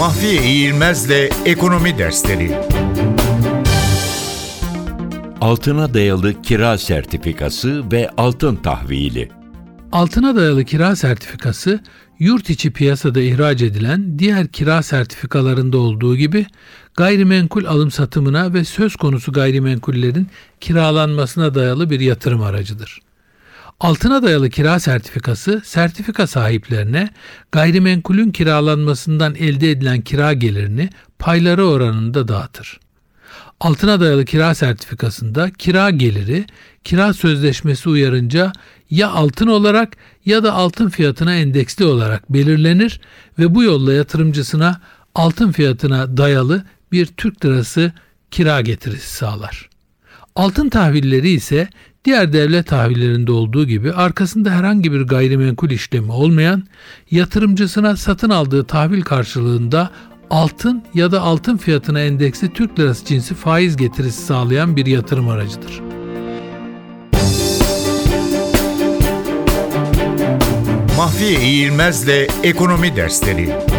Mahfiye İğilmez'le Ekonomi Dersleri. Altına dayalı kira sertifikası ve altın tahvili. Altına dayalı kira sertifikası, yurt içi piyasada ihraç edilen diğer kira sertifikalarında olduğu gibi gayrimenkul alım satımına ve söz konusu gayrimenkullerin kiralanmasına dayalı bir yatırım aracıdır. Altına dayalı kira sertifikası, sertifika sahiplerine gayrimenkulün kiralanmasından elde edilen kira gelirini payları oranında dağıtır. Altına dayalı kira sertifikasında kira geliri, kira sözleşmesi uyarınca ya altın olarak ya da altın fiyatına endeksli olarak belirlenir ve bu yolla yatırımcısına altın fiyatına dayalı bir Türk lirası kira getirisi sağlar. Altın tahvilleri ise diğer devlet tahvillerinde olduğu gibi arkasında herhangi bir gayrimenkul işlemi olmayan, yatırımcısına satın aldığı tahvil karşılığında altın ya da altın fiyatına endeksli Türk lirası cinsi faiz getirisi sağlayan bir yatırım aracıdır. Mahfiye İğilmez'le Ekonomi Dersleri.